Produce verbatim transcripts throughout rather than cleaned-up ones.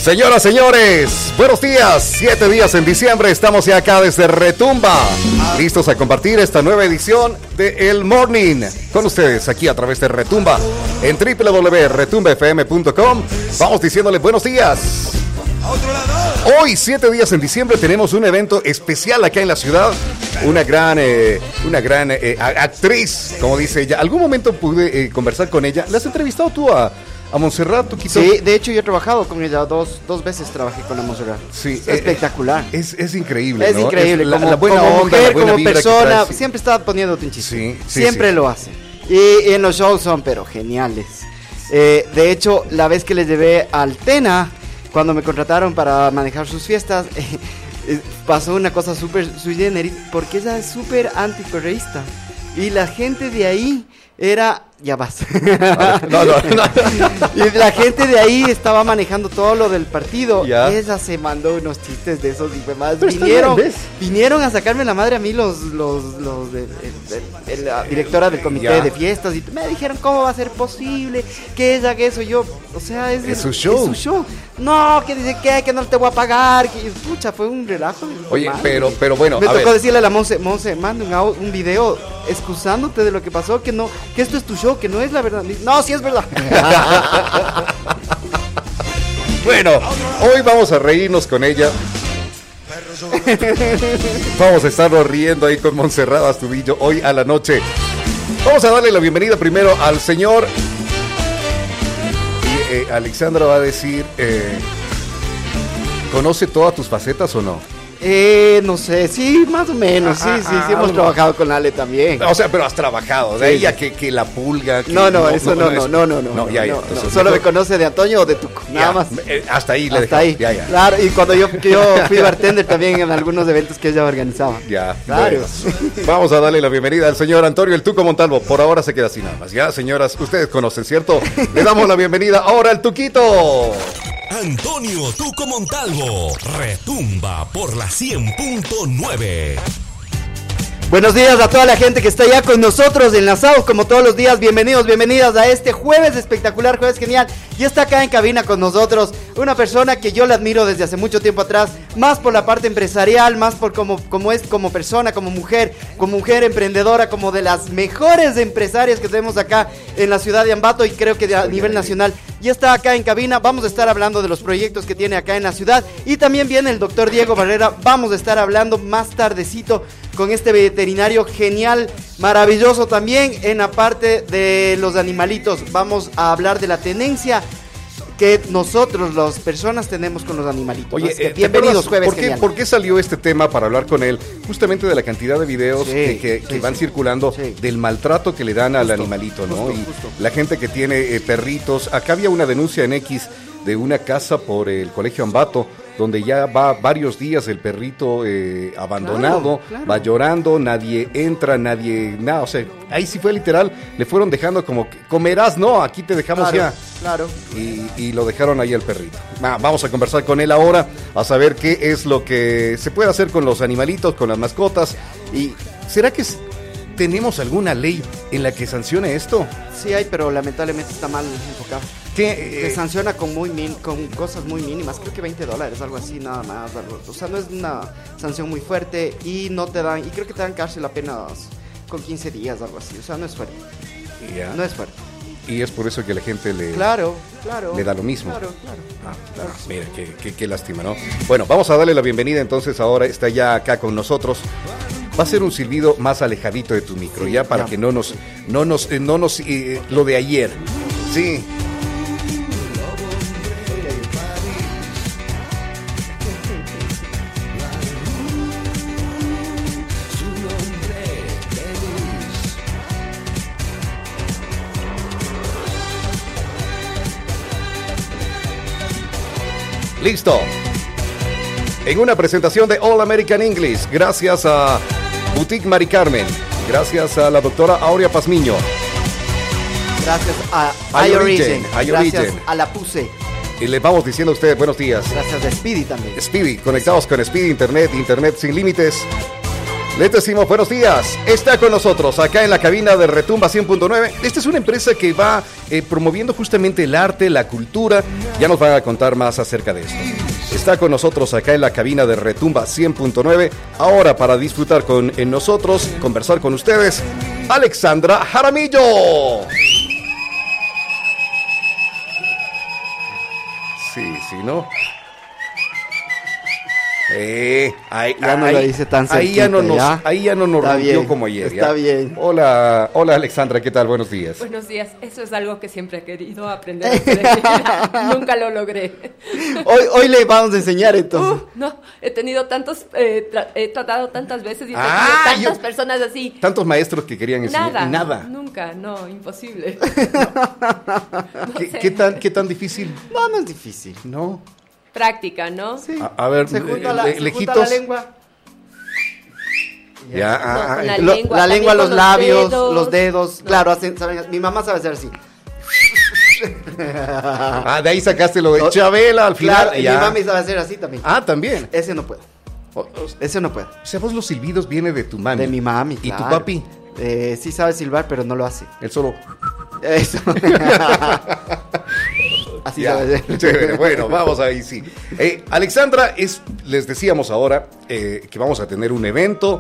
Señoras, señores, buenos días. Siete días en diciembre, estamos ya acá desde Retumba, listos a compartir esta nueva edición de El Morning con ustedes aquí a través de Retumba en doble u doble u doble u punto retumba f m punto com. Vamos diciéndole buenos días. Hoy, siete días en diciembre, tenemos un evento especial acá en la ciudad. Una gran, eh, una gran eh, actriz, como dice ella. ¿Algún momento pude eh, conversar con ella? ¿Le has entrevistado tú a, a Montserrat? ¿Tú Sí, de hecho yo he trabajado con ella, dos, dos veces trabajé con la Montserrat. Sí, es espectacular. Eh, es, es increíble, Es ¿no? increíble, es la, como, la buena como onda, mujer, la buena como vibra persona, que trae, siempre está poniéndote un chiste. Sí, sí, siempre sí. lo hace. Y, y en los shows son, pero geniales. Eh, de hecho, la vez que les llevé al Tena, cuando me contrataron para manejar sus fiestas, eh, eh, pasó una cosa súper sui generis, porque ella es súper anticorreísta. Y la gente de ahí era... Ya vas. No, no, no. Y la gente de ahí estaba manejando todo lo del partido. Ya. Y ella se mandó unos chistes de esos y más. Pero está Vinieron, bien, ¿ves? vinieron a sacarme la madre a mí los, los, los de, de- de- de la directora del comité Ya. de fiestas. Y me dijeron cómo va a ser posible que ella haga eso. Yo, o sea, es, Es de- su show. Es su show. No, que dice que, que no te voy a pagar. Que, pucha, fue un relajo. Oye, Madre. pero, pero bueno, Me a tocó ver. decirle a la Monse, Monse, manda un, au- un video excusándote de lo que pasó, que no, que esto es tu show, que no es la verdad. No, sí es verdad. Bueno, hoy vamos a reírnos con ella. Vamos a estarnos riendo ahí con Montserrat Astudillo hoy a la noche. Vamos a darle la bienvenida primero al señor. Y eh, Alexandra va a decir, eh, ¿conoce todas tus facetas o no? Eh, no sé, sí, más o menos, sí, Ah, sí, ah, sí, hemos algo. trabajado con Ale también. O sea, pero has trabajado. De Sí, ahí sí. a que, que la pulga. que- No, no, eso no, no, es- no, no, no. No, ya, ya. no, entonces, no. Solo me mejor- conoce de Antonio o de Tuco, nada ya, más. eh, hasta ahí le Hasta dejamos. ahí. Ya, ya. Claro, y cuando yo, que yo fui bartender también en algunos eventos que ella organizaba. Ya, Claro. bueno. Vamos a darle la bienvenida al señor Antonio El Tuco Montalvo. Por ahora se queda así nada más. Ya, señoras, ustedes conocen, ¿cierto? Le damos la bienvenida ahora al Tuquito. Antonio Tuco Montalvo, retumba por la cien punto nueve. Buenos días a toda la gente que está ya con nosotros enlazados como todos los días. Bienvenidos, bienvenidas a este jueves espectacular, jueves genial. Y está acá en cabina con nosotros una persona que yo la admiro desde hace mucho tiempo atrás, más por la parte empresarial, más por como, como es como persona, como mujer, como mujer emprendedora, como de las mejores empresarias que tenemos acá en la ciudad de Ambato y creo que de a nivel nacional. Ya está acá en cabina, vamos a estar hablando de los proyectos que tiene acá en la ciudad y también viene el doctor Diego Barrera, vamos a estar hablando más tardecito con este veterinario genial, maravilloso también en la parte de los animalitos. Vamos a hablar de la tenencia que nosotros, las personas, tenemos con los animalitos. Oye, Así que eh, ¿te bienvenidos, acuerdas jueves ¿por qué, genial. ¿por qué salió este tema para hablar con él? Justamente de la cantidad de videos Sí, que, que- sí, que van sí. circulando Sí. del maltrato que le dan al Justo, animalito, ¿no? justo, y justo. la gente que tiene eh, perritos. Acá había una denuncia en X de una casa por el Colegio Ambato, donde ya va varios días el perrito eh, abandonado, Claro, claro. va llorando, nadie entra, nadie, nada, o sea, ahí sí fue literal, le fueron dejando como, que, comerás, no, aquí te dejamos Claro, ya. claro. Y, y lo dejaron ahí al perrito. Va, vamos a conversar con él ahora, a saber qué es lo que se puede hacer con los animalitos, con las mascotas. ¿Y será que s- tenemos alguna ley en la que sancione esto? Sí hay, pero lamentablemente está mal enfocado. ¿Qué, Se eh, sanciona con muy min- con cosas muy mínimas, creo que veinte dólares, algo así, nada más. Algo. O sea, no es una sanción muy fuerte y no te dan, y creo que te dan cárcel apenas con quince días, algo así. O sea, no es fuerte, ya? no es fuerte. Y es por eso que la gente le, Claro, claro. le da lo mismo. Claro, claro. Ah, claro. Mira, qué, qué- qué lástima, ¿no? Bueno, vamos a darle la bienvenida entonces ahora, está ya acá con nosotros. Va a ser un silbido más alejadito de tu micro, Sí, ya para ya. que no nos, no nos, eh, no nos, eh, lo de ayer. Sí. Listo. En una presentación de All American English, gracias a Boutique Mari Carmen, gracias a la doctora Aurea Pazmiño, Gracias a iOrigen, iOrigen, iOrigen. gracias a la Puse, y les vamos diciendo a ustedes buenos días. gracias a Speedy también. Speedy, conectados con Speedy Internet, Internet sin límites. Les decimos buenos días. Está con nosotros acá en la cabina de Retumba cien punto nueve. Esta es una empresa que va eh, promoviendo justamente el arte, la cultura. Ya nos van a contar más acerca de esto. Está con nosotros acá en la cabina de Retumba cien punto nueve. Ahora para disfrutar con en nosotros, conversar con ustedes, Alexandra Jaramillo. Sí, sí, ¿no? Eh, ahí, ya no ahí, lo hice tan cerquita, ahí ya no nos, ¿ya? ahí ya no nos Está rompió bien, como ayer. está ¿ya? bien. Hola, hola Alexandra, ¿qué tal? Buenos días. Buenos días, eso es algo que siempre he querido aprender a hacer. Nunca lo logré. Hoy, hoy le vamos a enseñar entonces. Uh, no, he tenido tantos, eh, tra- he tratado tantas veces y he Ah, tenido tantas yo- personas así. Tantos maestros que querían enseñar Nada, y nada. nunca, no, imposible. ¿Qué, sé. qué tan, ¿Qué tan difícil? No, no es difícil. No. Práctica, ¿no? Sí. A, a ver, Se junta, la, le- se lejitos. junta la lengua. Ya, No, ah, con ah, la Lo- lengua, la también lengua, con los los labios, dedos. los dedos. Claro, hacen, saben, mi mamá sabe hacer así. ah, de ahí sacaste lo de Chabela al final. Claro, y ya. mi mami sabe hacer así también. Ah, también. Ese no puedo. O, o- Ese no puedo. o sea, vos los silbidos viene de tu mami. De mi mami. ¿Y tu claro. papi? Eh, sí sabe silbar, pero no lo hace. Él solo. Eso. Así Ya, sabe hacer. chévere. Bueno, vamos ahí, sí. Eh, Alexandra, es, les decíamos ahora eh, que vamos a tener un evento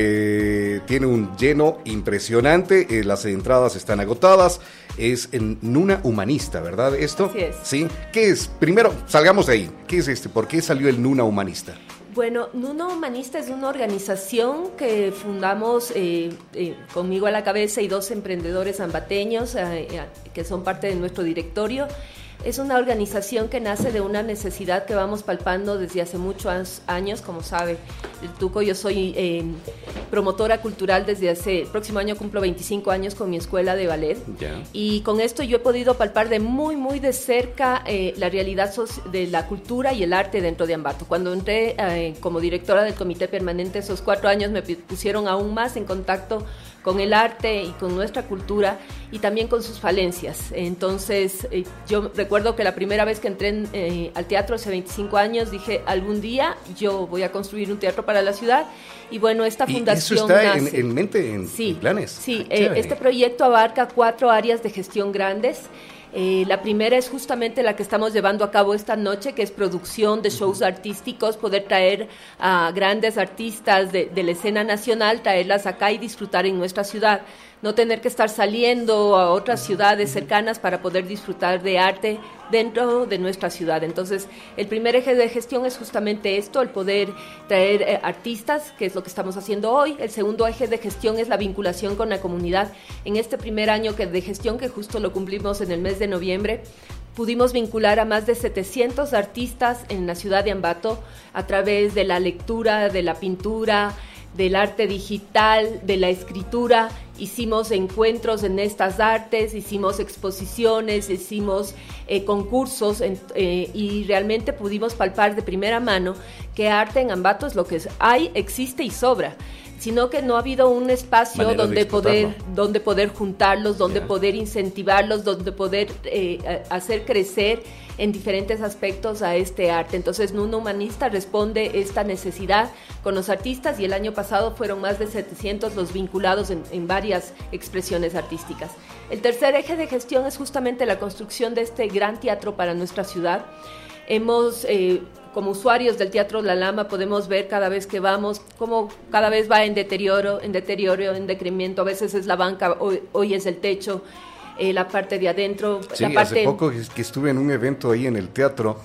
que tiene un lleno impresionante. Eh, las entradas están agotadas. Es en Nuna Humanista, ¿verdad? ¿Esto? Así es. Sí. ¿Qué es? Primero, salgamos de ahí. ¿Qué es este? ¿Por qué salió el Nuna Humanista? Bueno, Nuna Humanista es una organización que fundamos eh, eh, conmigo a la cabeza y dos emprendedores ambateños eh, eh, que son parte de nuestro directorio. Es una organización que nace de una necesidad que vamos palpando desde hace muchos años, como sabe el Tuco. Yo soy eh, promotora cultural desde hace, el próximo año cumplo veinticinco años con mi escuela de ballet. Ya. Y con esto yo he podido palpar de muy, muy de cerca eh, la realidad soci- de la cultura y el arte dentro de Ambato. Cuando entré eh, como directora del comité permanente, esos cuatro años me pi- pusieron aún más en contacto con el arte y con nuestra cultura y también con sus falencias. Entonces, eh, yo recuerdo que la primera vez que entré en, eh, al teatro hace veinticinco años, dije, algún día yo voy a construir un teatro para la ciudad. Y bueno, esta ¿Y fundación eso está en, nace. en mente, en, Sí, en planes? sí. Ah, eh, chévere. este proyecto abarca cuatro áreas de gestión grandes. Eh, la primera es justamente la que estamos llevando a cabo esta noche, que es producción de shows artísticos, poder traer a grandes artistas de, de la escena nacional, traerlas acá y disfrutar en nuestra ciudad. No tener que estar saliendo a otras ciudades cercanas para poder disfrutar de arte dentro de nuestra ciudad. Entonces, el primer eje de gestión es justamente esto, el poder traer eh, artistas, que es lo que estamos haciendo hoy. El segundo eje de gestión es la vinculación con la comunidad. En este primer año que de gestión, que justo lo cumplimos en el mes de noviembre, pudimos vincular a más de setecientos artistas en la ciudad de Ambato a través de la lectura, de la pintura, del arte digital, de la escritura. Hicimos encuentros en estas artes, hicimos exposiciones, hicimos eh, concursos en, eh, y realmente pudimos palpar de primera mano que arte en Ambato es lo que es, hay, existe y sobra, sino que no ha habido un espacio Manera de donde poder, explotarlo. donde poder juntarlos, donde Ya. poder incentivarlos, donde poder eh, hacer crecer en diferentes aspectos a este arte. Entonces, Nuna Humanista responde esta necesidad con los artistas y el año pasado fueron más de setecientos los vinculados en, en varias expresiones artísticas. El tercer eje de gestión es justamente la construcción de este gran teatro para nuestra ciudad. Hemos, eh, como usuarios del Teatro La Lama, podemos ver cada vez que vamos cómo cada vez va en deterioro, en deterioro, en decremento. A veces es la banca, hoy, hoy es el techo. Eh, la parte de adentro, Sí, la parte... hace poco que que estuve en un evento ahí en el teatro,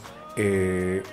eh,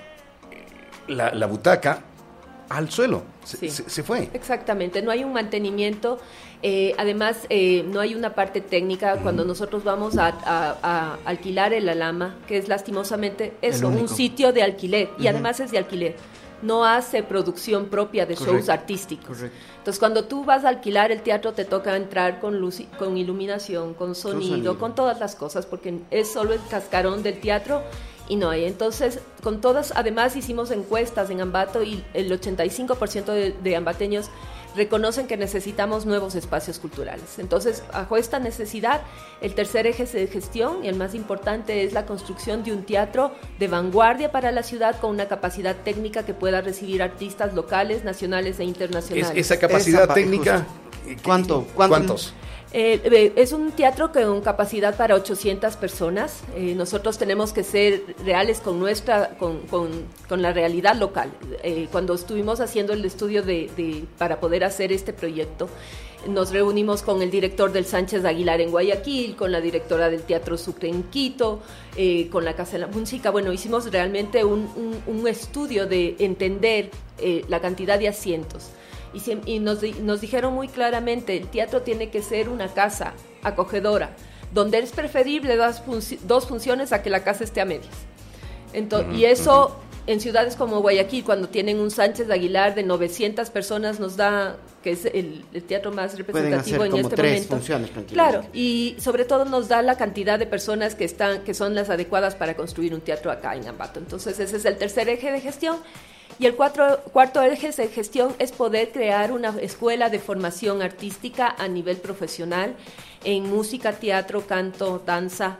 la, la butaca al suelo, se, Sí. se- se fue. Exactamente, no hay un mantenimiento, eh, además eh, no hay una parte técnica. Cuando nosotros vamos a, a- a alquilar el Alama, que es lastimosamente eso, El un único. sitio de alquiler, y además es de alquiler, no hace producción propia de shows Correcto, artísticos. correcto. Entonces, cuando tú vas a alquilar el teatro, te toca entrar con luz, y- con iluminación, con sonido, sonido. con todas las cosas, porque es solo el cascarón del teatro y no hay. Entonces, con todas, además hicimos encuestas en Ambato y el ochenta y cinco por ciento de, de ambateños reconocen que necesitamos nuevos espacios culturales. Entonces, bajo esta necesidad, el tercer eje de gestión, y el más importante, es la construcción de un teatro de vanguardia para la ciudad con una capacidad técnica que pueda recibir artistas locales, nacionales e internacionales. Es, esa capacidad esa, técnica, ¿cuánto? ¿Cuántos? Eh, eh, es un teatro con capacidad para ochocientas personas. Eh, nosotros tenemos que ser reales con nuestra, con, con, con la realidad local. Eh, cuando estuvimos haciendo el estudio de, de, para poder hacer este proyecto, nos reunimos con el director del Sánchez Aguilar en Guayaquil, con la directora del Teatro Sucre en Quito, eh, con la Casa de la Música. Bueno, hicimos realmente un, un, un estudio de entender eh, la cantidad de asientos. Y, y nos, nos dijeron muy claramente, el teatro tiene que ser una casa acogedora, donde es preferible dos, func dos funciones a que la casa esté a medias. Entonces, uh-huh, y eso uh-huh. en ciudades como Guayaquil, cuando tienen un Sánchez Aguilar de novecientas personas, nos da, que es el, el teatro más representativo en este tres momento. Funciones, claro, y sobre todo nos da la cantidad de personas que, están, que son las adecuadas para construir un teatro acá en Ambato. Entonces ese es el tercer eje de gestión. Y el cuatro, cuarto eje de gestión es poder crear una escuela de formación artística a nivel profesional en música, teatro, canto, danza,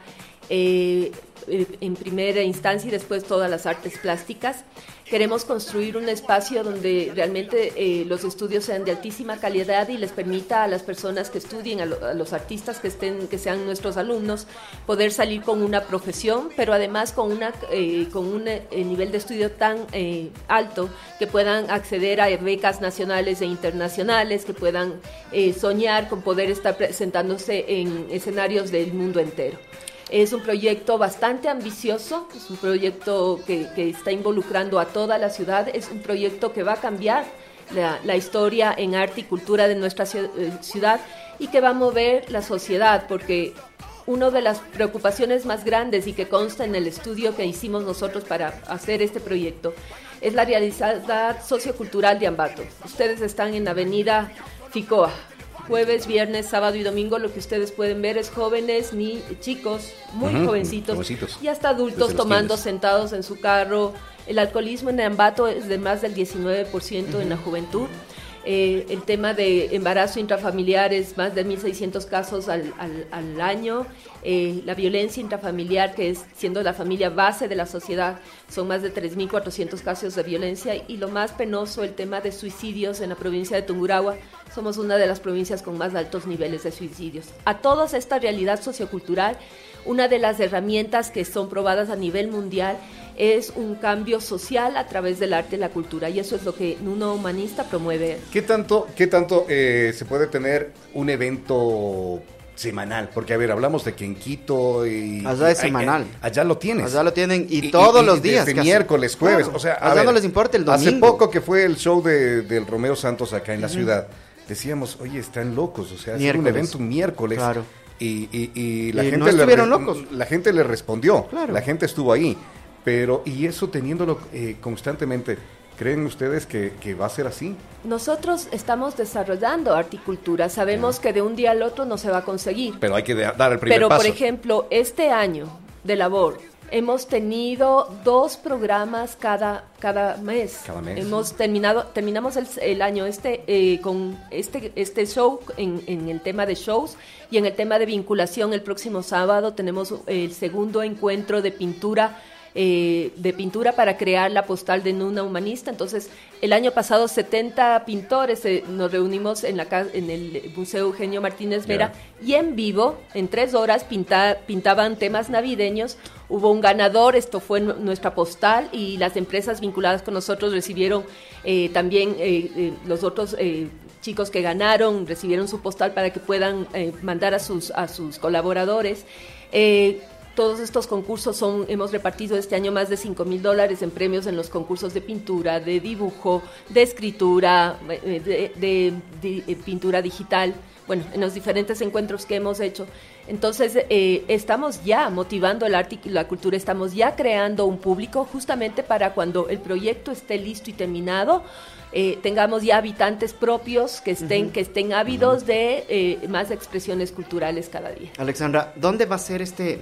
eh, en primera instancia y después todas las artes plásticas. Queremos construir un espacio donde realmente eh, los estudios sean de altísima calidad y les permita a las personas que estudien, a, lo, a los artistas que estén, que sean nuestros alumnos, poder salir con una profesión, pero además con, una, eh, con un eh, nivel de estudio tan eh, alto que puedan acceder a becas nacionales e internacionales, que puedan eh, soñar con poder estar presentándose en escenarios del mundo entero. Es un proyecto bastante ambicioso, es un proyecto que, que está involucrando a toda la ciudad, es un proyecto que va a cambiar la, la historia en arte y cultura de nuestra ciudad y que va a mover la sociedad, porque una de las preocupaciones más grandes y que consta en el estudio que hicimos nosotros para hacer este proyecto es la realidad sociocultural de Ambato. Ustedes están en la avenida Ficoa. Jueves, viernes, sábado y domingo, lo que ustedes pueden ver es jóvenes, ni chicos, muy uh-huh, jovencitos, jovencitos, y hasta adultos tomando sentados en su carro. El alcoholismo en Ambato es de más del diecinueve por ciento uh-huh. en la juventud. Eh, el tema de embarazo intrafamiliar es más de mil seiscientos casos al, al, al año. Eh, la violencia intrafamiliar, que es siendo la familia base de la sociedad, son más de tres mil cuatrocientos casos de violencia. Y lo más penoso, el tema de suicidios en la provincia de Tungurahua. Somos una de las provincias con más altos niveles de suicidios. A toda esta realidad sociocultural, una de las herramientas que son probadas a nivel mundial es un cambio social a través del arte y la cultura, y eso es lo que Nuno Humanista promueve. ¿Qué tanto, qué tanto eh, se puede tener un evento semanal? Porque, a ver, hablamos de que en Quito y... Allá es semanal. Allá, allá lo tienes. Allá lo tienen y, y todos y, los días. Desde miércoles, jueves, claro. O sea, a allá ver, no les importa el domingo. Hace poco que fue el show de, del Romeo Santos acá en la uh-huh. ciudad, decíamos, oye, están locos, o sea, hacer un evento un miércoles. Claro. Y, y, y la y gente no estuvieron le, locos. La gente le respondió, claro. La gente estuvo ahí, pero y eso teniéndolo eh, constantemente, ¿creen ustedes que, que va a ser así? Nosotros estamos desarrollando articultura, sabemos uh-huh. que de un día al otro no se va a conseguir. Pero hay que de, dar el primer pero, paso. Pero, por ejemplo, este año de labor, hemos tenido dos programas cada cada mes. Cada mes. Hemos terminado terminamos el, el año este eh, con este este show en, en el tema de shows y en el tema de vinculación. El próximo sábado tenemos el segundo encuentro de pintura. Eh, de pintura para crear la postal de Nuno Humanista. Entonces, el año pasado setenta pintores eh, nos reunimos en la en el Museo Eugenio Martínez Vera yeah. y en vivo, en tres horas, pinta, pintaban temas navideños. Hubo un ganador, esto fue nuestra postal, y las empresas vinculadas con nosotros recibieron eh, también eh, eh, los otros eh, chicos que ganaron, recibieron su postal para que puedan eh, mandar a sus, a sus colaboradores. Eh, Todos estos concursos son, hemos repartido este año más de cinco mil dólares en premios en los concursos de pintura, de dibujo, de escritura, de, de, de, de pintura digital, bueno, en los diferentes encuentros que hemos hecho. Entonces, eh, estamos ya motivando el arte y la cultura, estamos ya creando un público justamente para cuando el proyecto esté listo y terminado, eh, tengamos ya habitantes propios que estén, uh-huh. que estén ávidos uh-huh. de eh, más expresiones culturales cada día. Alexandra, ¿dónde va a ser este...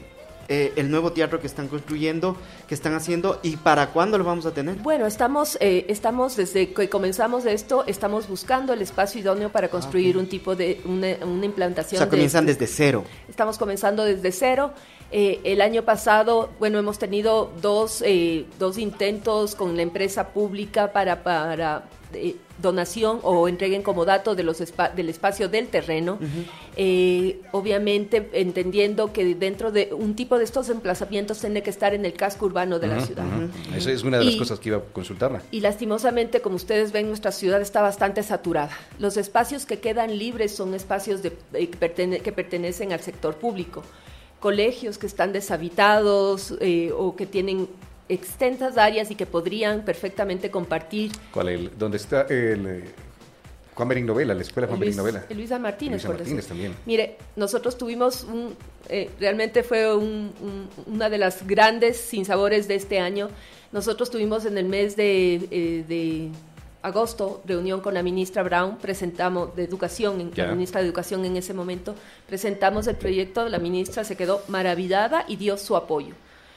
eh, el nuevo teatro que están construyendo, que están haciendo, y para cuándo lo vamos a tener? Bueno, estamos, eh, estamos desde que comenzamos esto, estamos buscando el espacio idóneo para construir okay. un tipo de, una, una implantación. O sea, comienzan de, desde cero. Estamos comenzando desde cero. Eh, el año pasado, bueno, hemos tenido dos, eh, dos intentos con la empresa pública para, para eh, donación o entreguen como dato de los espa- del espacio del terreno, uh-huh. eh, obviamente entendiendo que dentro de un tipo de estos emplazamientos tiene que estar en el casco urbano de uh-huh, la ciudad. Uh-huh. Esa es una de las y, cosas que iba a consultarla. Y lastimosamente, como ustedes ven, nuestra ciudad está bastante saturada. Los espacios que quedan libres son espacios de, eh, que, pertene- que pertenecen al sector público. Colegios que están deshabitados eh, o que tienen extensas áreas y que podrían perfectamente compartir. ¿Cuál? El, ¿Dónde está el eh, Juan Berín Novela, la escuela Juan Berín Novela? El Luisa Martínez, Luisa por Martínez decir. también. Mire, nosotros tuvimos un, eh, realmente fue un, un, una de las grandes sinsabores de este año. Nosotros tuvimos en el mes de, eh, de agosto reunión con la ministra Brown, presentamos de educación, yeah. la ministra de educación en ese momento, presentamos el proyecto, la ministra se quedó maravillada y dio su apoyo.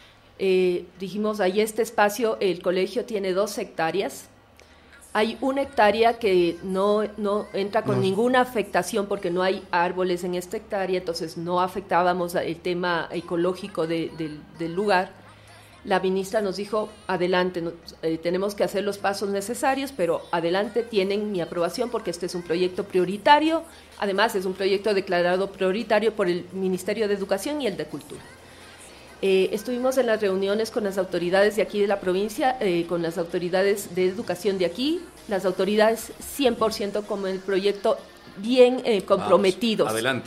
Eh, dijimos, ahí este espacio, el colegio tiene dos hectáreas, hay una hectárea que no, no entra con no. ninguna afectación porque no hay árboles en esta hectárea, entonces no afectábamos el tema ecológico de, de, del lugar. La ministra nos dijo, adelante, no, eh, tenemos que hacer los pasos necesarios, pero adelante, tienen mi aprobación porque este es un proyecto prioritario, además es un proyecto declarado prioritario por el Ministerio de Educación y el de Cultura. Eh, estuvimos en las reuniones con las autoridades de aquí de la provincia, eh, con las autoridades de educación de aquí, las autoridades cien por ciento con el proyecto bien eh, comprometidos. Vamos, adelante.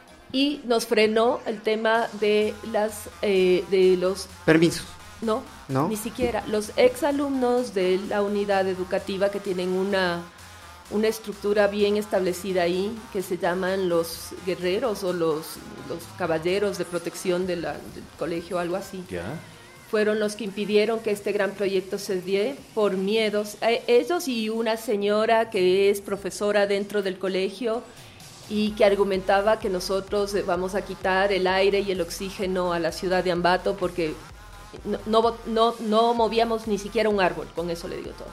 Y nos frenó el tema de, las, eh, de los... Permisos. No, no, ni siquiera. Los exalumnos de la unidad educativa que tienen una, una estructura bien establecida ahí, que se llaman los guerreros o los, los caballeros de protección de la, del colegio, algo así. ¿Ya? Fueron los que impidieron que este gran proyecto se diera por miedos. Eh, ellos y una señora que es profesora dentro del colegio y que argumentaba que nosotros vamos a quitar el aire y el oxígeno a la ciudad de Ambato porque no, no, no, no movíamos ni siquiera un árbol, con eso le digo todo.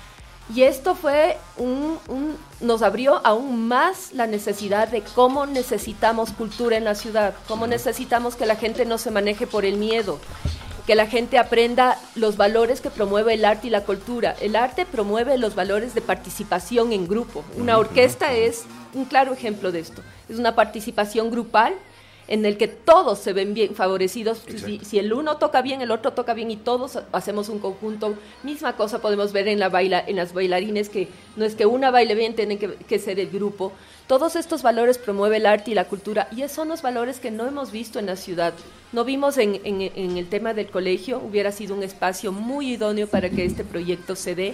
Y esto fue un, un, nos abrió aún más la necesidad de cómo necesitamos cultura en la ciudad, cómo necesitamos que la gente no se maneje por el miedo, que la gente aprenda los valores que promueve el arte y la cultura. El arte promueve los valores de participación en grupo. Una orquesta es un claro ejemplo de esto. Es una participación grupal en el que todos se ven bien favorecidos. Si, si el uno toca bien, el otro toca bien y todos hacemos un conjunto. Misma cosa podemos ver en, la baila, en las bailarines, que no es que una baile bien, tiene que, que ser el grupo. Todos estos valores promueve el arte y la cultura y esos son los valores que no hemos visto en la ciudad. No vimos en, en, en el tema del colegio, hubiera sido un espacio muy idóneo para que este proyecto se dé.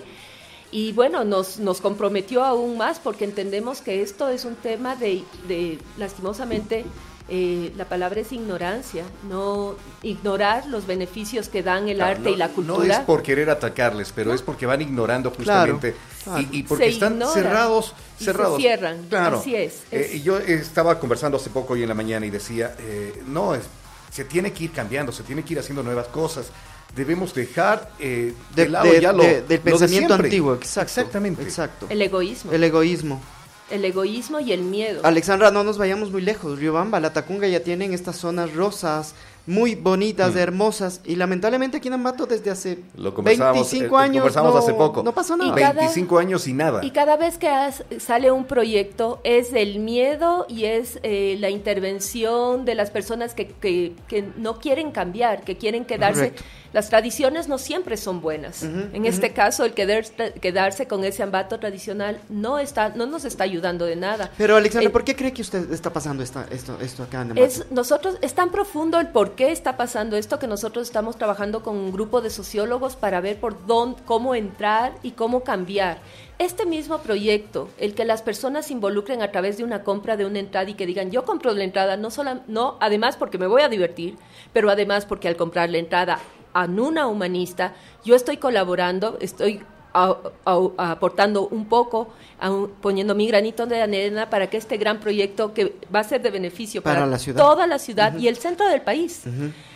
Y bueno, nos, nos comprometió aún más porque entendemos que esto es un tema de, de lastimosamente, eh, la palabra es ignorancia, no ignorar los beneficios que dan el claro, arte no, y la cultura. No es por querer atacarles, pero no. es porque van ignorando justamente claro, claro. Y, y porque se están ignora, cerrados, cerrados. Y se cierran, claro. así es. es. Eh, yo estaba conversando hace poco hoy en la mañana y decía, eh, no, es, se tiene que ir cambiando, se tiene que ir haciendo nuevas cosas. Debemos dejar eh, de, de lado de, ya lo, de, del lo pensamiento de antiguo, exacto, exactamente. Exacto. El egoísmo. El egoísmo. El egoísmo y el miedo. Alexandra, no nos vayamos muy lejos. Riobamba, La Tacunga ya tienen estas zonas rosas, muy bonitas, mm. hermosas, y lamentablemente aquí en Ambato desde hace veinticinco eh, años conversamos no, hace poco. no pasó nada. Y cada, veinticinco años y nada. Y cada vez que has, sale un proyecto es el miedo y es eh, la intervención de las personas que, que, que no quieren cambiar, que quieren quedarse. Correcto. Las tradiciones no siempre son buenas. Uh-huh, en uh-huh. este caso, el quedar, quedarse con ese Ambato tradicional no está, no nos está ayudando de nada. Pero, Alexandra, eh, ¿por qué cree que usted está pasando esta, esto, esto acá en Ambato? Es, nosotros, es tan profundo el por qué está pasando esto que nosotros estamos trabajando con un grupo de sociólogos para ver por dónde, cómo entrar y cómo cambiar. Este mismo proyecto, el que las personas se involucren a través de una compra de una entrada y que digan, yo compro la entrada, no, solo, no además porque me voy a divertir, pero además porque al comprar la entrada a Nuna Humanista, yo estoy colaborando, estoy a, a, a, aportando un poco, a un, poniendo mi granito de arena para que este gran proyecto que va a ser de beneficio para, para la ciudad. toda la ciudad uh-huh. y el centro del país. Uh-huh.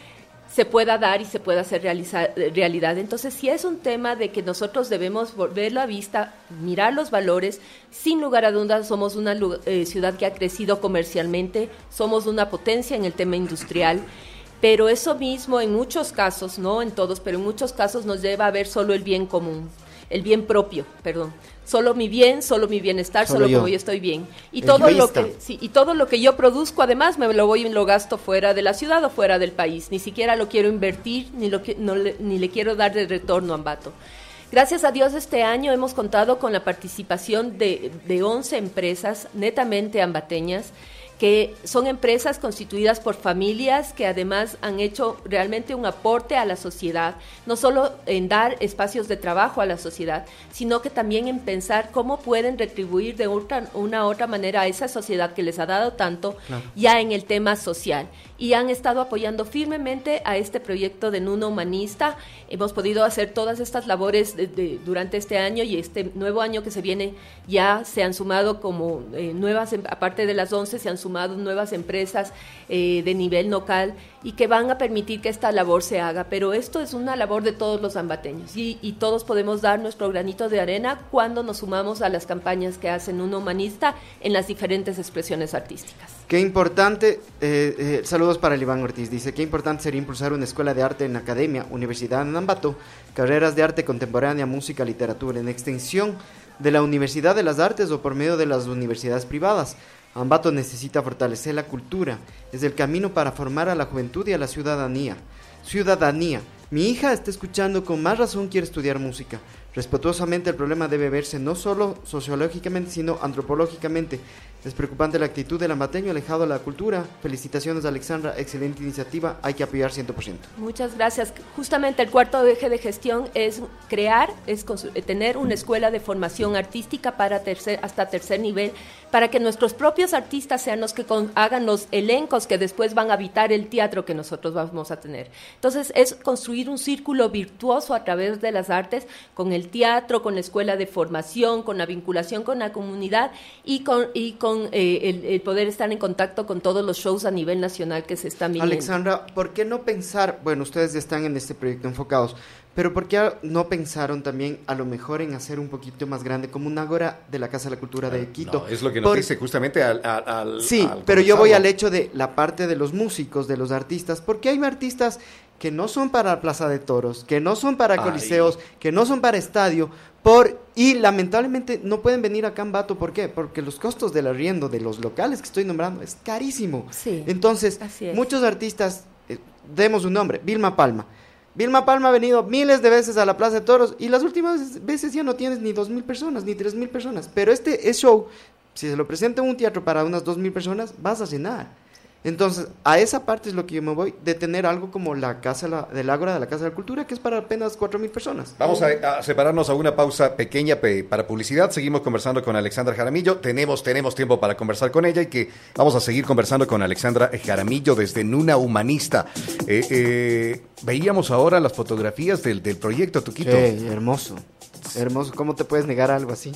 se pueda dar y se pueda hacer realizar, realidad. Entonces, sí es un tema de que nosotros debemos volverlo a vista, mirar los valores. Sin lugar a dudas, somos una eh, ciudad que ha crecido comercialmente, somos una potencia en el tema industrial, pero eso mismo en muchos casos, no en todos, pero en muchos casos nos lleva a ver solo el bien común, el bien propio, perdón. Solo mi bien, solo mi bienestar, solo, solo yo. Como yo estoy bien. Y todo, lo que, sí, y todo lo que yo produzco, además, me lo voy y lo gasto fuera de la ciudad o fuera del país. Ni siquiera lo quiero invertir, ni, lo que, no le, ni le quiero dar de retorno a Ambato. Gracias a Dios, este año hemos contado con la participación de, de once empresas netamente ambateñas, que son empresas constituidas por familias que además han hecho realmente un aporte a la sociedad, no solo en dar espacios de trabajo a la sociedad, sino que también en pensar cómo pueden retribuir de otra, una otra manera a esa sociedad que les ha dado tanto, claro, ya en el tema social. Y han estado apoyando firmemente a este proyecto de Nuno Humanista. Hemos podido hacer todas estas labores de, de, durante este año, y este nuevo año que se viene ya se han sumado como eh, nuevas, aparte de las once, se han sumado nuevas empresas eh, de nivel local y que van a permitir que esta labor se haga. Pero esto es una labor de todos los ambateños y, y todos podemos dar nuestro granito de arena cuando nos sumamos a las campañas que hace Nuno Humanista en las diferentes expresiones artísticas. Qué importante, eh, eh, saludos para el Iván Ortiz, dice, qué importante sería impulsar una escuela de arte en la academia, universidad en Ambato, carreras de arte contemporánea, música, literatura, en extensión de la Universidad de las Artes o por medio de las universidades privadas. Ambato necesita fortalecer la cultura, es el camino para formar a la juventud y a la ciudadanía. Ciudadanía, mi hija está escuchando, con más razón quiere estudiar música. Respetuosamente, el problema debe verse no solo sociológicamente, sino antropológicamente. Es preocupante la actitud del ambateño alejado de la cultura. Felicitaciones, Alexandra, excelente iniciativa, hay que apoyar cien por ciento. Muchas gracias. Justamente el cuarto eje de gestión es crear, es tener una escuela de formación artística para tercer, hasta tercer nivel, para que nuestros propios artistas sean los que con, hagan los elencos que después van a habitar el teatro que nosotros vamos a tener. Entonces, es construir un círculo virtuoso a través de las artes, con el teatro, con la escuela de formación, con la vinculación con la comunidad y con, y con eh, el, el poder estar en contacto con todos los shows a nivel nacional que se están viviendo. Alexandra, ¿por qué no pensar, bueno, ustedes ya están en este proyecto enfocados, pero ¿por qué no pensaron también a lo mejor en hacer un poquito más grande, como un ágora de la Casa de la Cultura de Quito? No, es lo que nos Por... dice justamente al... al, al sí, al pero yo voy al hecho de la parte de los músicos, de los artistas, porque hay artistas que no son para Plaza de Toros, que no son para coliseos, Ay. que no son para estadio, por y lamentablemente no pueden venir acá a Ambato. ¿Por qué? Porque los costos del arriendo de los locales que estoy nombrando es carísimo. Sí, entonces, muchos artistas, eh, demos un nombre, Vilma Palma. Vilma Palma ha venido miles de veces a la Plaza de Toros y las últimas veces ya no tienes ni dos mil personas, ni tres mil personas. Pero este es show, si se lo presenta en un teatro para unas dos mil personas, vas a llenar. Entonces, a esa parte es lo que yo me voy, de tener algo como la Casa la, del Ágora de la Casa de la Cultura, que es para apenas cuatro mil personas. Vamos a, a separarnos a una pausa pequeña pe, para publicidad. Seguimos conversando con Alexandra Jaramillo. Tenemos, tenemos tiempo para conversar con ella y que vamos a seguir conversando con Alexandra Jaramillo desde Nuno Humanista. Eh, eh, veíamos ahora las fotografías del, del proyecto Tuquito. Sí, hermoso, hermoso. ¿Cómo te puedes negar algo así?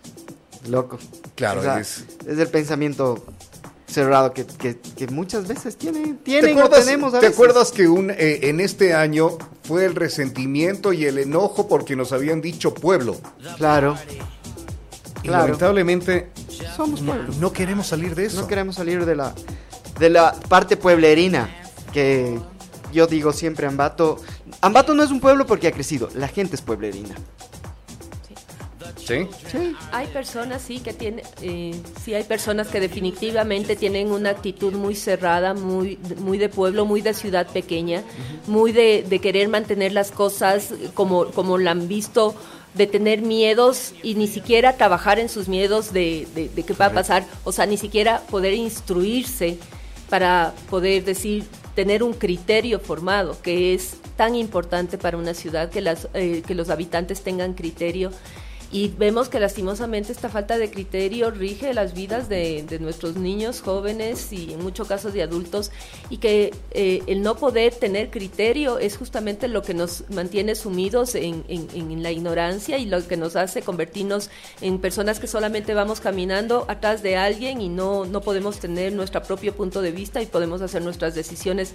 Loco. Claro, o sea, es... es el pensamiento cerrado que, que, que muchas veces tienen, tienen ¿Te acuerdas, o tenemos a ¿te veces? acuerdas que un, eh, en este año fue el resentimiento y el enojo porque nos habían dicho pueblo? Claro. Y claro. lamentablemente somos no, pueblo. no queremos salir de eso. No queremos salir de la, de la parte pueblerina, que yo digo siempre, Ambato. Ambato no es un pueblo porque ha crecido, la gente es pueblerina. ¿Sí? Sí. Hay personas, sí, que tienen, eh, sí hay personas que definitivamente tienen una actitud muy cerrada, muy, muy de pueblo, muy de ciudad pequeña, uh-huh. muy de, de querer mantener las cosas como, como la han visto, de tener miedos y ni siquiera trabajar en sus miedos de, de, de qué va a pasar, o sea, ni siquiera poder instruirse para poder decir, tener un criterio formado, que es tan importante para una ciudad, que, las, eh, que los habitantes tengan criterio. Y vemos que lastimosamente esta falta de criterio rige las vidas de, de nuestros niños, jóvenes y en muchos casos de adultos, y que eh, el no poder tener criterio es justamente lo que nos mantiene sumidos en, en, en la ignorancia y lo que nos hace convertirnos en personas que solamente vamos caminando atrás de alguien y no, no podemos tener nuestro propio punto de vista y podemos hacer nuestras decisiones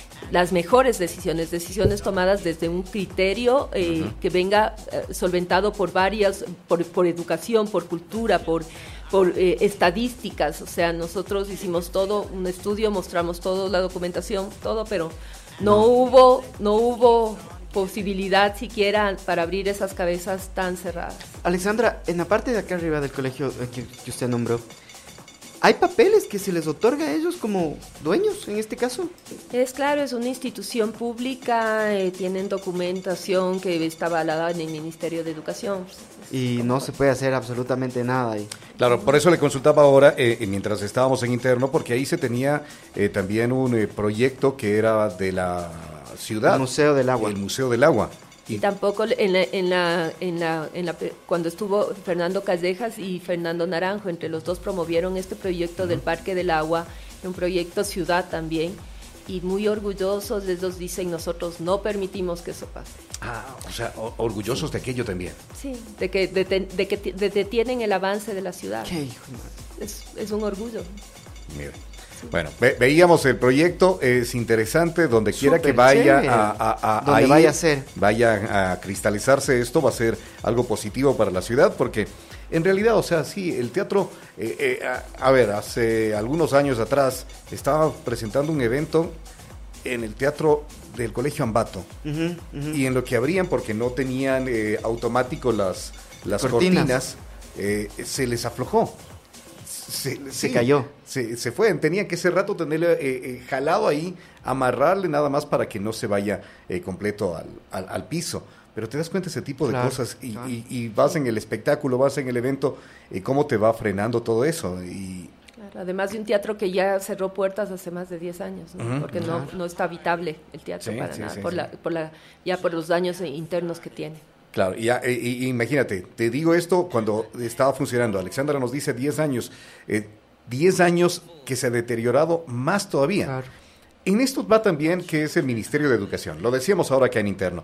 las mejores decisiones, decisiones tomadas desde un criterio eh, uh-huh. que venga eh, solventado por varias, por, por educación, por cultura, por, por eh, estadísticas. O sea, nosotros hicimos todo, un estudio, mostramos toda la documentación, todo, pero no, no. hubo, no hubo posibilidad siquiera para abrir esas cabezas tan cerradas. Alexandra, en la parte de acá arriba del colegio que, que usted nombró, ¿hay papeles que se les otorga a ellos como dueños en este caso? Es claro, es una institución pública, eh, tienen documentación que está avalada en el Ministerio de Educación. Y no se puede hacer absolutamente nada ahí. Claro, por eso le consultaba ahora, eh, mientras estábamos en interno, porque ahí se tenía eh, también un eh, proyecto que era de la ciudad. El Museo del Agua. El Museo del Agua. Y tampoco en la, en la, en la, en la, cuando estuvo Fernando Callejas y Fernando Naranjo, entre los dos promovieron este proyecto uh-huh. del Parque del Agua, un proyecto ciudad también, y muy orgullosos, ellos dicen, nosotros no permitimos que eso pase. Ah, o sea, o, orgullosos de aquello también. Sí, de que, de, de, de que de, detienen el avance de la ciudad. ¿Qué hijo de madre? Es, es un orgullo. Mira. Bueno, ve, veíamos el proyecto, es interesante, donde quiera que vaya a, a, a, donde a ir, vaya a ser. vaya a cristalizarse esto, va a ser algo positivo para la ciudad, porque en realidad, o sea, sí, el teatro, eh, eh, a, a ver, hace algunos años atrás estaba presentando un evento en el teatro del Colegio Ambato, uh-huh, uh-huh. y en lo que abrían, porque no tenían eh, automático las, las cortinas, cortinas eh, se les aflojó. Se, se sí, cayó. Se, se fue, tenía que ese rato tenerle eh, eh, jalado ahí, amarrarle nada más para que no se vaya eh, completo al, al, al piso. Pero te das cuenta ese tipo de claro, cosas y, claro. y, y vas en el espectáculo, vas en el evento, eh, cómo te va frenando todo eso. Y claro, además de un teatro que ya cerró puertas hace más de diez años, ¿no? Uh-huh, porque claro. no, no está habitable el teatro sí, para sí, nada, sí, por, sí. La, por la, ya por los daños internos que tiene. Claro, y, ya, y, y imagínate, te digo esto cuando estaba funcionando. Alexandra nos dice diez años, eh, diez años que se ha deteriorado más todavía. Claro. En esto va también que es el Ministerio de Educación, lo decíamos ahora acá en interno.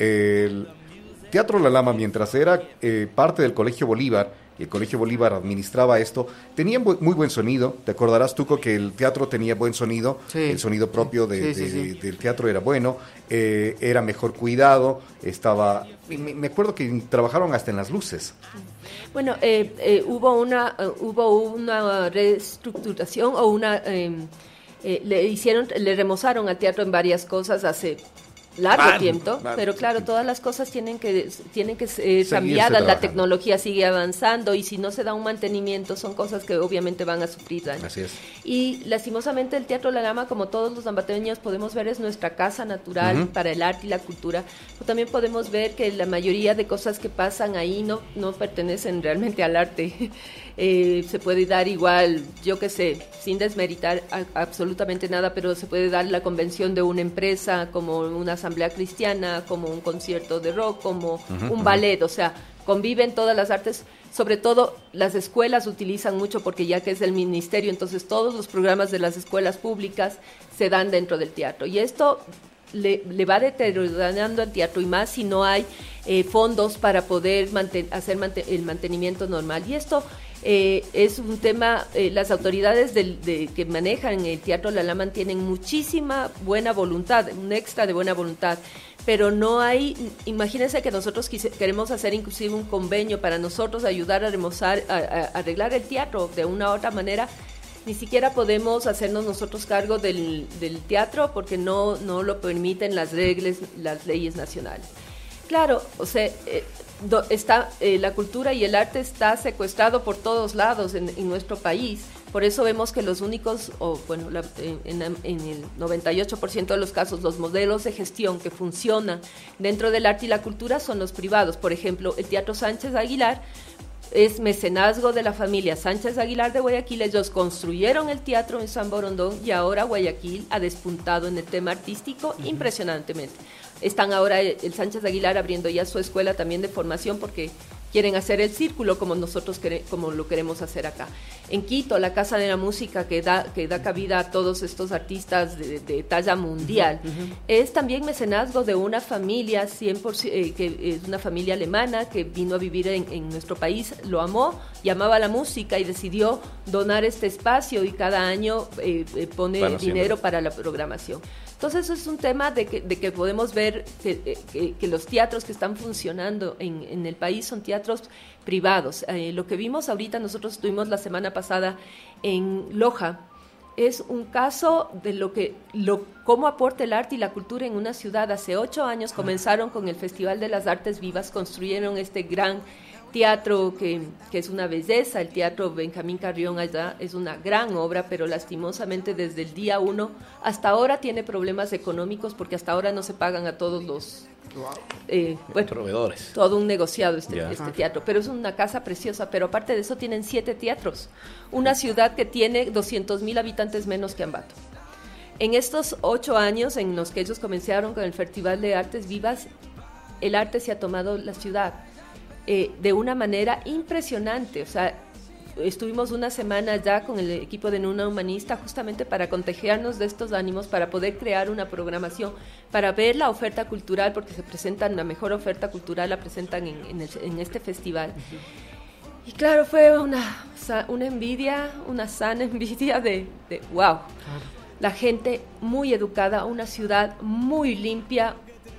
El Teatro La Lama, mientras era eh, parte del Colegio Bolívar, y el Colegio Bolívar administraba esto, tenía bu- muy buen sonido. Te acordarás, Tuco, que el teatro tenía buen sonido, sí. el sonido propio de, sí, de, sí, sí. del teatro era bueno, eh, era mejor cuidado, estaba... Me, me acuerdo que trabajaron hasta en las luces. Bueno, eh, eh, hubo una uh, hubo una reestructuración o una... Eh, eh, le hicieron, le remozaron al teatro en varias cosas hace... largo man, tiempo, man. pero claro, todas las cosas tienen que tienen que ser cambiadas, la tecnología sigue avanzando y si no se da un mantenimiento son cosas que obviamente van a sufrir daño. Así es. Y lastimosamente el Teatro La Lama, como todos los ambateños podemos ver, es nuestra casa natural uh-huh. para el arte y la cultura, pero también podemos ver que la mayoría de cosas que pasan ahí no, no pertenecen realmente al arte. Eh, se puede dar igual, yo qué sé, sin desmeritar a, absolutamente nada, pero se puede dar la convención de una empresa, como una asamblea cristiana, como un concierto de rock, como uh-huh, un ballet, uh-huh. o sea, conviven todas las artes, sobre todo las escuelas utilizan mucho porque ya que es el ministerio, entonces todos los programas de las escuelas públicas se dan dentro del teatro, y esto le, le va deteriorando al teatro, y más si no hay eh, fondos para poder manten- hacer manten- el mantenimiento normal, y esto Eh, es un tema, eh, las autoridades del, de, que manejan el Teatro La Lama tienen muchísima buena voluntad, un extra de buena voluntad, pero no hay, imagínense que nosotros quise, queremos hacer inclusive un convenio para nosotros ayudar a remozar, a, a arreglar el teatro de una u otra manera, ni siquiera podemos hacernos nosotros cargo del, del teatro porque no, no lo permiten las reglas, las leyes nacionales. Claro, o sea, eh, do, está eh, la cultura y el arte está secuestrado por todos lados en, en nuestro país. Por eso vemos que los únicos, o bueno, la, en, en el noventa y ocho por ciento de los casos, los modelos de gestión que funcionan dentro del arte y la cultura son los privados. Por ejemplo, el Teatro Sánchez Aguilar es mecenazgo de la familia Sánchez Aguilar de Guayaquil. Ellos construyeron el teatro en San Borondón y ahora Guayaquil ha despuntado en el tema artístico uh-huh. impresionantemente. Están ahora el Sánchez Aguilar abriendo ya su escuela también de formación porque quieren hacer el círculo como nosotros quere, como lo queremos hacer acá. En Quito, la Casa de la Música que da, que da cabida a todos estos artistas de, de talla mundial, uh-huh, uh-huh. es también mecenazgo de una familia cien por ciento, eh, que es una familia alemana que vino a vivir en, en nuestro país, lo amó, llamaba la música y decidió donar este espacio y cada año eh, eh, pone bueno, dinero siempre. para la programación. Entonces es un tema de que, de que podemos ver que, que, que los teatros que están funcionando en, en el país son teatros privados. Eh, lo que vimos ahorita, nosotros estuvimos la semana pasada en Loja, es un caso de lo que, lo, cómo aporta el arte y la cultura en una ciudad. Hace ocho años comenzaron con el Festival de las Artes Vivas, construyeron este gran teatro que, que es una belleza. El Teatro Benjamín Carrión allá es una gran obra, pero lastimosamente desde el día uno hasta ahora tiene problemas económicos porque hasta ahora no se pagan a todos los eh, bueno, proveedores. Todo un negociado este, Yeah. este teatro, pero es una casa preciosa. Pero aparte de eso tienen siete teatros, una ciudad que tiene doscientos mil habitantes menos que Ambato. En estos ocho años en los que ellos comenzaron con el Festival de Artes Vivas, el arte se ha tomado la ciudad Eh, de una manera impresionante. O sea, estuvimos una semana ya con el equipo de Nuna Humanista justamente para contagiarnos de estos ánimos, para poder crear una programación, para ver la oferta cultural, porque se presentan, la mejor oferta cultural la presentan en, en, el, en este festival. Uh-huh. Y claro, fue una, una envidia, una sana envidia de, de wow, la gente muy educada, una ciudad muy limpia.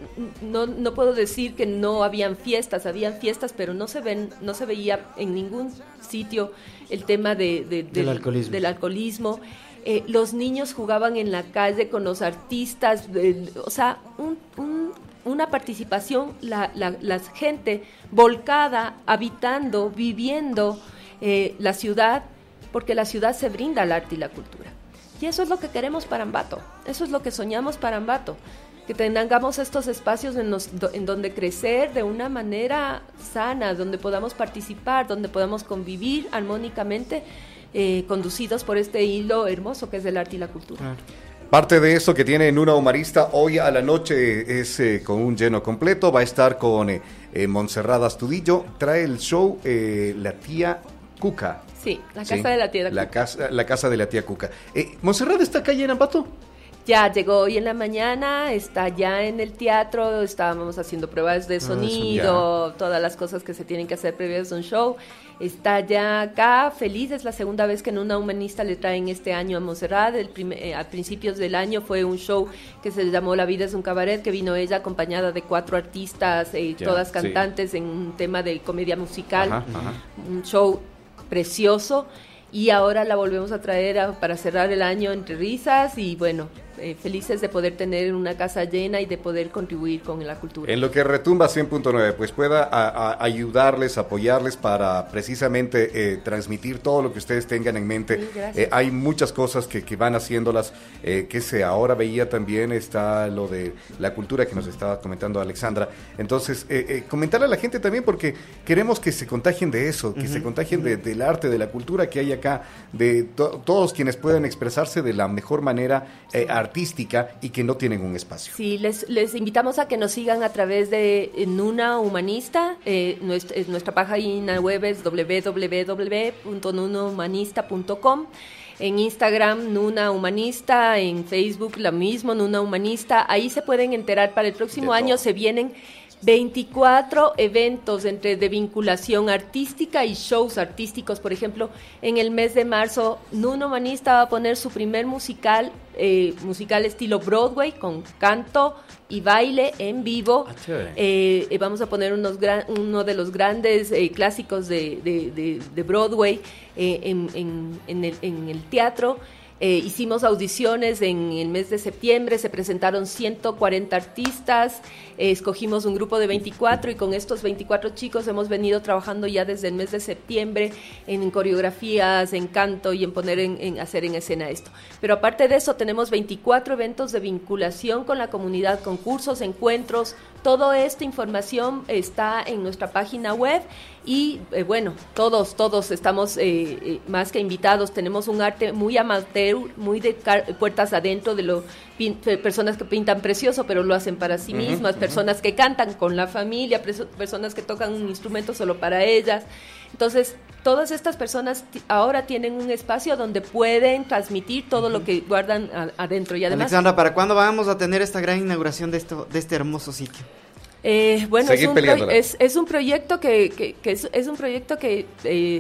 No, no puedo decir que no habían fiestas, habían fiestas, pero no se ven, no se veía en ningún sitio el tema de, de, de, del alcoholismo. Del alcoholismo. Eh, los niños jugaban en la calle con los artistas, eh, o sea, un, un, una participación, la, la, la gente volcada, habitando, viviendo eh, la ciudad, porque la ciudad se brinda al arte y la cultura. Y eso es lo que queremos para Ambato, eso es lo que soñamos para Ambato. Que tengamos estos espacios en, los, en donde crecer de una manera sana, donde podamos participar, donde podamos convivir armónicamente, eh, conducidos por este hilo hermoso que es el arte y la cultura. Claro. Parte de eso que tiene Nuna Humanista hoy a la noche es eh, con un lleno completo. Va a estar con eh, eh, Montserrat Astudillo. Trae el show eh, La Tía Cuca. Sí, la casa ¿Sí? de la tía Cuca. La casa, la casa de la Tía Cuca. Eh, ¿Montserrat está acá en Ambato? Ya llegó hoy en la mañana, está ya en el teatro, estábamos haciendo pruebas de sonido, ya. todas las cosas que se tienen que hacer previas a un show. Está ya acá, feliz, es la segunda vez que en Una Humanista le traen este año a Montserrat. El primer, eh, a principios del año fue un show que se llamó La Vida es un Cabaret, que vino ella acompañada de cuatro artistas, eh, ya, todas cantantes, sí. en un tema de comedia musical, Ajá, ajá. un show precioso. Y ahora la volvemos a traer a, para cerrar el año entre risas y bueno, eh, felices de poder tener una casa llena y de poder contribuir con la cultura. En lo que Retumba cien punto nueve, pues pueda a, a ayudarles, apoyarles para precisamente eh, transmitir todo lo que ustedes tengan en mente. Sí, eh, hay muchas cosas que, que van haciéndolas, eh, que se ahora veía también, está lo de la cultura que nos estaba comentando Alexandra. Entonces, eh, eh, comentarle a la gente también porque queremos que se contagien de eso, que uh-huh. se contagien de, del arte, de la cultura que hay acá, de to- todos quienes puedan expresarse de la mejor manera eh, artística y que no tienen un espacio. Sí, les, les invitamos a que nos sigan a través de Nuna Humanista. Eh, nuestra, nuestra página web es doble u doble u doble u punto nuna humanista punto com. En Instagram, Nuna Humanista, en Facebook, lo mismo, Nuna Humanista. Ahí se pueden enterar. Para el próximo De año todo. se vienen veinticuatro eventos entre de vinculación artística y shows artísticos. Por ejemplo, en el mes de marzo, Nuna Humanista va a poner su primer musical, eh, musical estilo Broadway, con canto y baile en vivo. Ah, chévere. Eh, eh, vamos a poner unos gran, uno de los grandes eh, clásicos de, de, de, de Broadway eh, en, en, en, el, en el teatro. Eh, hicimos audiciones en el mes de septiembre, se presentaron ciento cuarenta artistas, eh, escogimos un grupo de veinticuatro y con estos veinticuatro chicos hemos venido trabajando ya desde el mes de septiembre en coreografías, en canto y en poner en, en hacer en escena esto. Pero aparte de eso tenemos veinticuatro eventos de vinculación con la comunidad, concursos, encuentros. Toda esta información está en nuestra página web y eh, bueno, todos, todos estamos eh, eh, más que invitados. Tenemos un arte muy amateur, muy de car- puertas adentro, de lo pin- personas que pintan precioso, pero lo hacen para sí mismas, uh-huh, personas uh-huh. que cantan con la familia, preso- personas que tocan un instrumento solo para ellas. Entonces, todas estas personas t- ahora tienen un espacio donde pueden transmitir todo uh-huh. lo que guardan a- adentro. Y además, Alexandra, ¿para cuándo vamos a tener esta gran inauguración de, esto, de este hermoso sitio? Eh, bueno, es un, pro- es, es un proyecto que, que, que es, es un proyecto que eh,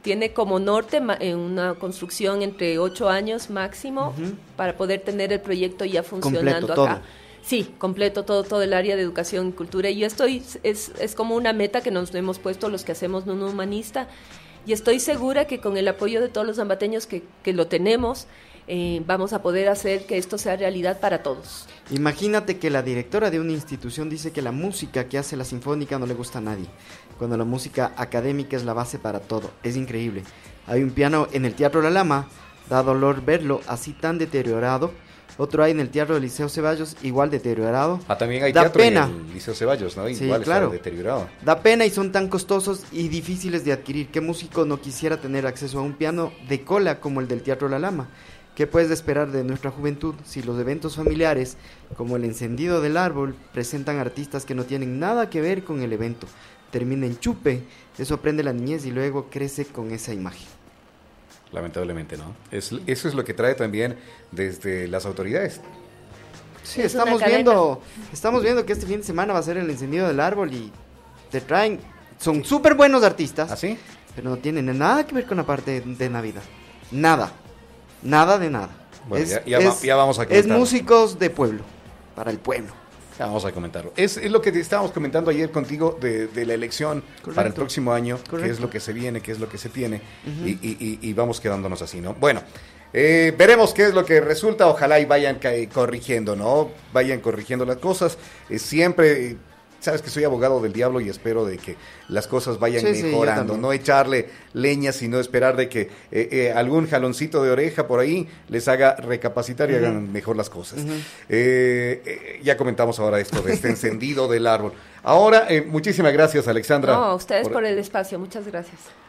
tiene como norte ma- eh, una construcción entre ocho años máximo Ujú. para poder tener el proyecto ya Completo, funcionando todo. acá. Sí, completo todo, todo el área de educación y cultura. Y yo estoy, es, es como una meta que nos hemos puesto los que hacemos Nuno Humanista, y estoy segura que con el apoyo de todos los ambateños que, que lo tenemos, eh, vamos a poder hacer que esto sea realidad para todos. Imagínate que la directora de una institución dice que la música que hace la sinfónica no le gusta a nadie, cuando la música académica es la base para todo. Es increíble. Hay un piano en el Teatro La Lama, da dolor verlo así tan deteriorado. Otro hay en el Teatro del Liceo Ceballos, igual deteriorado. Ah, también hay Da teatro pena. en el Liceo Ceballos, ¿no? Sí, Igual claro. está deteriorado. Da pena y son tan costosos y difíciles de adquirir. ¿Qué músico no quisiera tener acceso a un piano de cola como el del Teatro La Lama? ¿Qué puedes esperar de nuestra juventud si los eventos familiares, como el encendido del árbol, presentan artistas que no tienen nada que ver con el evento? Termina en chupe, eso aprende la niñez y luego crece con esa imagen. Lamentablemente, ¿no? Es, eso es lo que trae también desde las autoridades. Sí, Es una estamos cadena. viendo, estamos viendo que este fin de semana va a ser el encendido del árbol y te traen, son súper buenos artistas, ¿Así? pero no tienen nada que ver con la parte de, de Navidad. Nada, nada de nada. Bueno, es, ya- ya va- es- ya vamos a Es comentarlo. músicos de pueblo, para el pueblo. Ya vamos a comentarlo. Es, es lo que te estábamos comentando ayer contigo de, de la elección Correcto. para el próximo año, qué es Correcto. lo que se viene, qué es lo que se tiene, Ujú. y, y- y- y vamos quedándonos así, ¿no? Bueno, eh, veremos qué es lo que resulta, ojalá y vayan ca- corrigiendo, ¿no? Vayan corrigiendo las cosas. Eh, siempre, eh, sabes que soy abogado del diablo y espero de que las cosas vayan Sí, sí, yo mejorando, también. no echarle leña, sino esperar de que eh, eh, algún jaloncito de oreja por ahí les haga recapacitar y Ujú. hagan mejor las cosas. Ujú. Eh, eh, ya comentamos ahora esto de este encendido del árbol. Ahora, eh, muchísimas gracias, Alexandra. No, a ustedes por- por el espacio, muchas gracias.